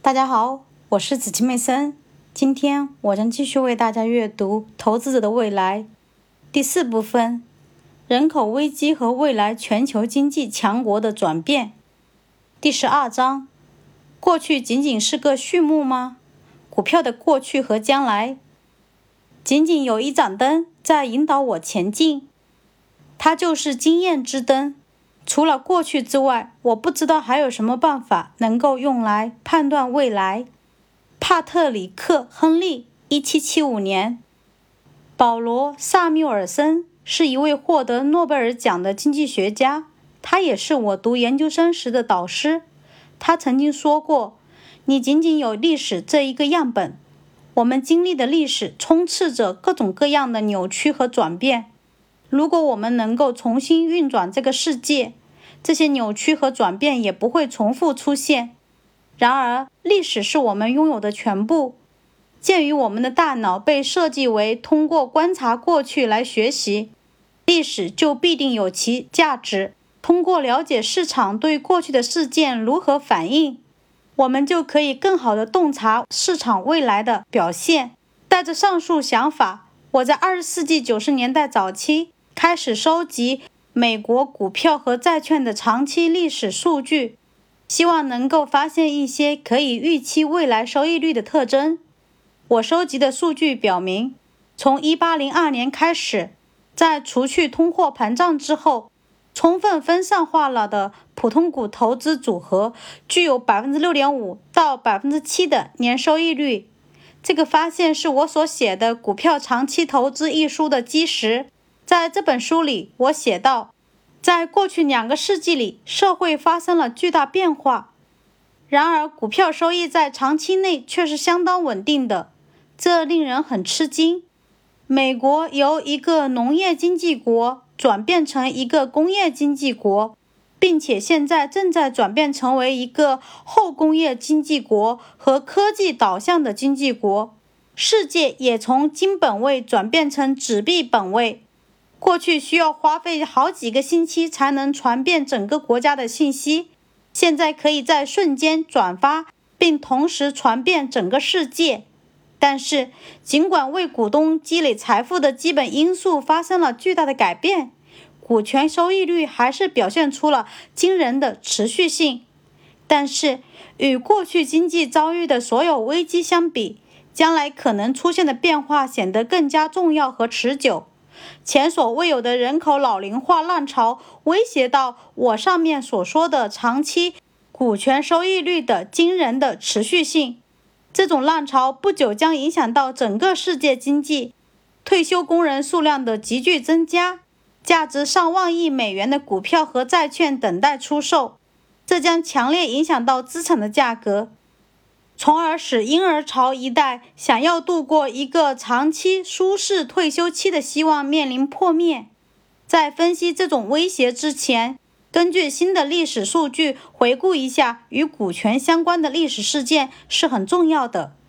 大家好，我是子期妹森。今天我将继续为大家阅读《投资者的未来》第4部分：人口危机和未来全球经济强国的转变。第12章：过去仅仅是个序幕吗？股票的过去和将来。仅仅有一盏灯在引导我前进，它就是经验之灯。除了过去之外，我不知道还有什么办法能够用来判断未来。帕特里克·亨利 1775年。保罗·萨缪尔森是一位获得诺贝尔奖的经济学家，他也是我读研究生时的导师。他曾经说过，你仅仅有历史这一个样本，我们经历的历史充斥着各种各样的扭曲和转变。如果我们能够重新运转这个世界，这些扭曲和转变也不会重复出现。然而，历史是我们拥有的全部。鉴于我们的大脑被设计为通过观察过去来学习，历史就必定有其价值。通过了解市场对过去的事件如何反应，我们就可以更好地洞察市场未来的表现。带着上述想法，我在20世纪90年代早期开始收集美国股票和债券的长期历史数据，希望能够发现一些可以预期未来收益率的特征。我收集的数据表明，从1802年开始，在除去通货膨胀之后，充分分散化了的普通股投资组合具有 6.5% 到 7% 的年收益率。这个发现是我所写的《股票长期投资》一书的基石。在这本书里，我写道，在过去2个世纪里，社会发生了巨大变化，然而股票收益在长期内却是相当稳定的，这令人很吃惊。美国由一个农业经济国转变成一个工业经济国，并且现在正在转变成为一个后工业经济国和科技导向的经济国。世界也从金本位转变成纸币本位。过去需要花费好几个星期才能传遍整个国家的信息，现在可以在瞬间转发，并同时传遍整个世界。但是，尽管为股东积累财富的基本因素发生了巨大的改变，股权收益率还是表现出了惊人的持续性。但是，与过去经济遭遇的所有危机相比，将来可能出现的变化显得更加重要和持久。前所未有的人口老龄化浪潮威胁到我上面所说的长期股权收益率的惊人的持续性。这种浪潮不久将影响到整个世界经济，退休工人数量的急剧增加，价值上万亿美元的股票和债券等待出售，这将强烈影响到资产的价格，从而使婴儿潮一代想要度过一个长期舒适退休期的希望面临破灭。在分析这种威胁之前，根据新的历史数据回顾一下与股权相关的历史事件是很重要的。